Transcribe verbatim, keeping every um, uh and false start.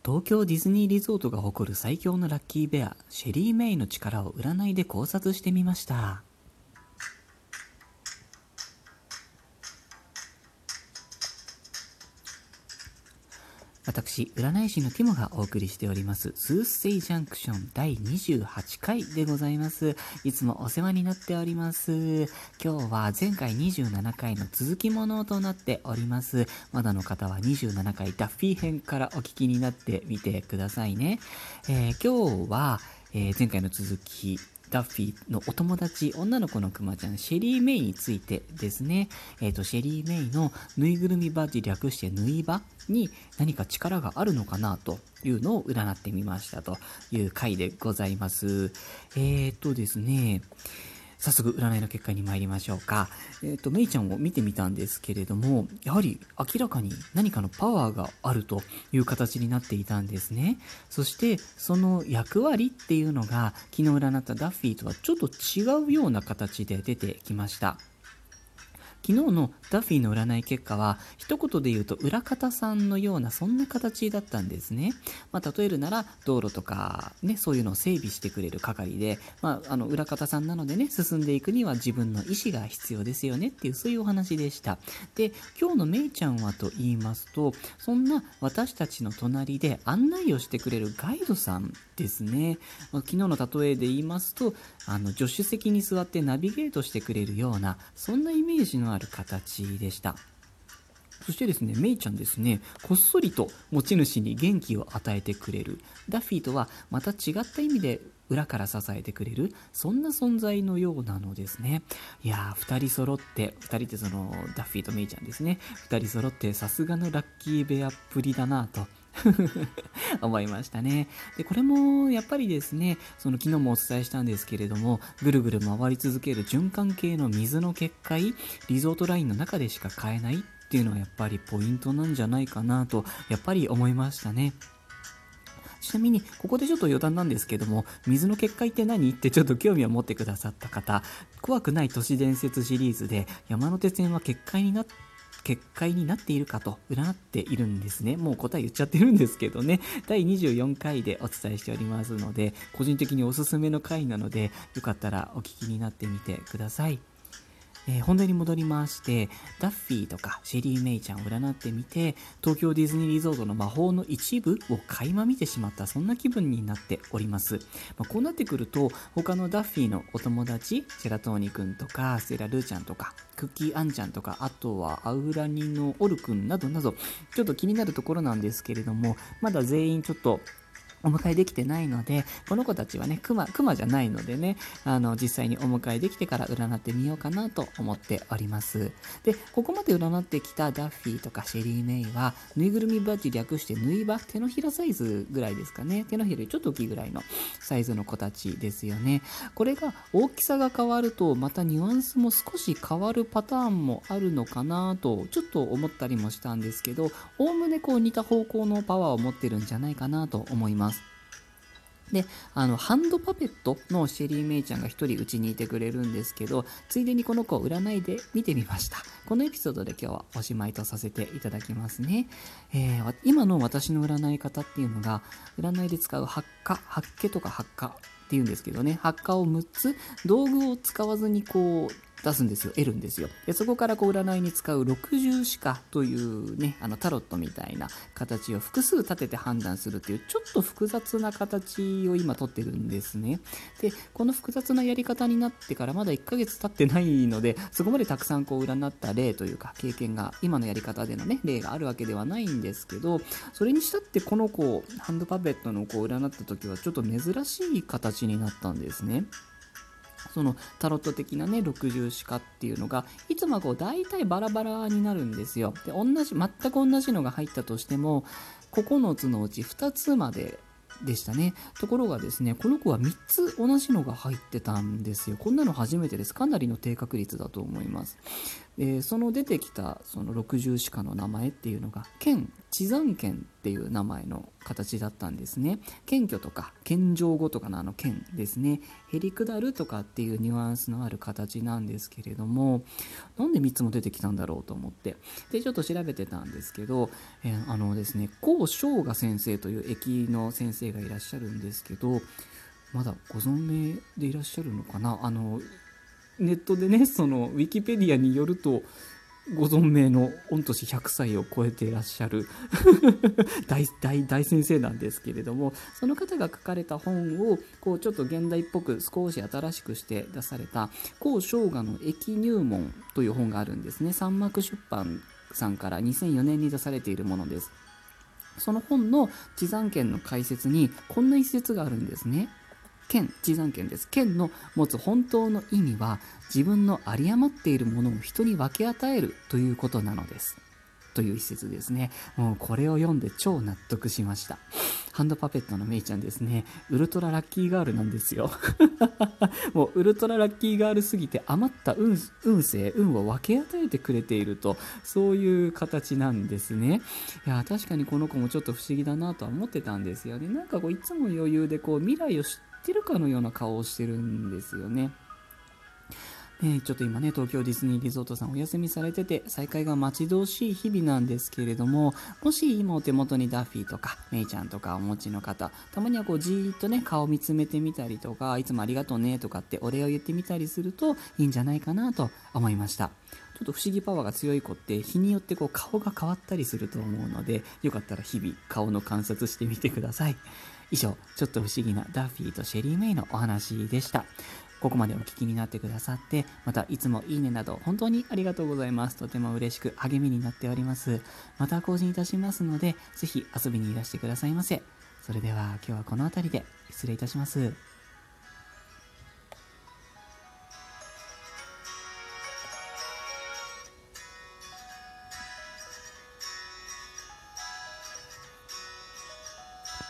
東京ディズニーリゾートが誇る最強のラッキーベア、シェリー・メイの力を占いで考察してみました。私、占い師のティモがお送りしております、スースセイジャンクションだいにじゅうはちかいでございます。いつもお世話になっております。今日は前回にじゅうななかいの続きものとなっております。まだの方はにじゅうななかいダッフィー編からお聞きになってみてくださいね。えー、今日は、えー、前回の続き、ダッフィーのお友達、女の子のクマちゃん、シェリー・メイについてですね。えっと、シェリー・メイのぬいぐるみバッジ、略してぬいばに何か力があるのかなというのを占ってみましたという回でございます。えっとですね、早速占いの結果に参りましょうか。えっと、メイちゃんを見てみたんですけれども、やはり明らかに何かのパワーがあるという形になっていたんですね。そしてその役割っていうのが昨日占ったダッフィーとはちょっと違うような形で出てきました。昨日のダッフィーの占い結果は一言で言うと裏方さんのようなそんな形だったんですね。まあ、例えるなら道路とかね、そういうのを整備してくれる係で、まあ、あの裏方さんなのでね、進んでいくには自分の意思が必要ですよねっていう、そういうお話でした。で、今日のメイちゃんはと言いますと、そんな私たちの隣で案内をしてくれるガイドさんですね。まあ、昨日の例えで言いますと、あの助手席に座ってナビゲートしてくれるような、そんなイメージのある形でした。そしてですね、メイちゃんですね、こっそりと持ち主に元気を与えてくれる。ダッフィーとはまた違った意味で裏から支えてくれる、そんな存在のようなのですね。いやー、二人揃って、二人ってそのダッフィーとメイちゃんですね、二人揃ってさすがのラッキーベアっぷりだなと思いましたね。で、これもやっぱりですね、その昨日もお伝えしたんですけれども、ぐるぐる回り続ける循環系の水の結界、リゾートラインの中でしか買えないっていうのはやっぱりポイントなんじゃないかなとやっぱり思いましたね。ちなみにここでちょっと余談なんですけども、水の結界って何ってちょっと興味を持ってくださった方、怖くない都市伝説シリーズで山手線は結界になって結界になっているかと占っているんですね。もう答え言っちゃってるんですけどね、だいにじゅうよんかいでお伝えしておりますので、個人的におすすめの回なので、よかったらお聞きになってみてください。えー、本題に戻りまして、ダッフィーとかシェリー・メイちゃんを占ってみて、東京ディズニーリゾートの魔法の一部を垣間見てしまった、そんな気分になっております。まあ、こうなってくると、他のダッフィーのお友達、シェラトーニくんとかステラ・ルーちゃんとかクッキー・アンちゃんとか、あとはアウラニのオルくんなどなど、ちょっと気になるところなんですけれども、まだ全員ちょっとお迎えできてないので、この子たちはね、クマ、クマじゃないのでね、あの、実際にお迎えできてから占ってみようかなと思っております。で、ここまで占ってきたダッフィーとかシェリー・メイは、ぬいぐるみバッジ略してぬいば、手のひらサイズぐらいですかね。手のひらよりちょっと大きいぐらいのサイズの子たちですよね。これが大きさが変わると、またニュアンスも少し変わるパターンもあるのかなと、ちょっと思ったりもしたんですけど、おおむねこう似た方向のパワーを持ってるんじゃないかなと思います。で、あの、ハンドパペットのシェリー・メイちゃんが一人うちにいてくれるんですけど、ついでにこの子を占いで見てみました。このエピソードで今日はおしまいとさせていただきますね。えー、今の私の占い方っていうのが、占いで使う発火、発気とか発火っていうんですけどね、発火をむっつ、道具を使わずにこう、出すんですよ、得るんですよ。で、そこからこう占いに使う六十四化というね、あのタロットみたいな形を複数立てて判断するっていう、ちょっと複雑な形を今取ってるんですね。で、この複雑なやり方になってからまだいっかげつ経ってないので、そこまでたくさんこう占った例というか経験が、今のやり方でのね、例があるわけではないんですけど、それにしたってこの子、ハンドパペットの子を占った時はちょっと珍しい形になったんですね。そのタロット的なね、六十四化っていうのがいつもはこう大体バラバラになるんですよ。で、同じ全く同じのが入ったとしてもここのつのうちふたつまででしたね。ところがですね、この子はみっつ同じのが入ってたんですよ。こんなの初めてです。かなりの低確率だと思います。えー、その出てきたその六十四化の名前っていうのが剣、地山剣っていう名前の形だったんですね。謙虚とか謙譲語とかのあの謙ですね、へりくだるとかっていうニュアンスのある形なんですけれども、なんでみっつも出てきたんだろうと思ってでちょっと調べてたんですけど、えー、あのですね高正雅先生という駅の先生がいらっしゃるんですけど、まだご存命でいらっしゃるのかな。あのネットでね、そのウィキペディアによるとご存命の御年ひゃくさいを超えていらっしゃる大, 大, 大先生なんですけれども、その方が書かれた本をこうちょっと現代っぽく少し新しくして出された高正雅の駅入門という本があるんですね。三幕出版さんからにせんよねんに出されているものです。その本の地山剣の解説にこんな一節があるんですね。剣、地山剣です。剣の持つ本当の意味は、自分の有り余っているものを人に分け与えるということなのです。という一節ですね。もうこれを読んで超納得しました。ハンドパペットのメイちゃんですね、ウルトララッキーガールなんですよ。もうウルトララッキーガールすぎて余った運、運勢、運を分け与えてくれていると、そういう形なんですね。いや、確かにこの子もちょっと不思議だなとは思ってたんですよね。なんかこういつも余裕でこう未来を知ってるかのような顔をしてるんですよね。えー、ちょっと今ね、東京ディズニーリゾートさんお休みされてて、再開が待ち遠しい日々なんですけれども、もし今お手元にダッフィーとかメイちゃんとかお持ちの方、たまにはこうじーっとね、顔見つめてみたりとか、いつもありがとうねとかってお礼を言ってみたりするといいんじゃないかなと思いました。ちょっと不思議パワーが強い子って日によってこう顔が変わったりすると思うので、よかったら日々顔の観察してみてください。以上、ちょっと不思議なダッフィーとシェリーメイのお話でした。ここまでお聞きになってくださって、またいつもいいねなど本当にありがとうございます。とても嬉しく励みになっております。また更新いたしますので、ぜひ遊びにいらしてくださいませ。それでは今日はこの辺りで失礼いたします。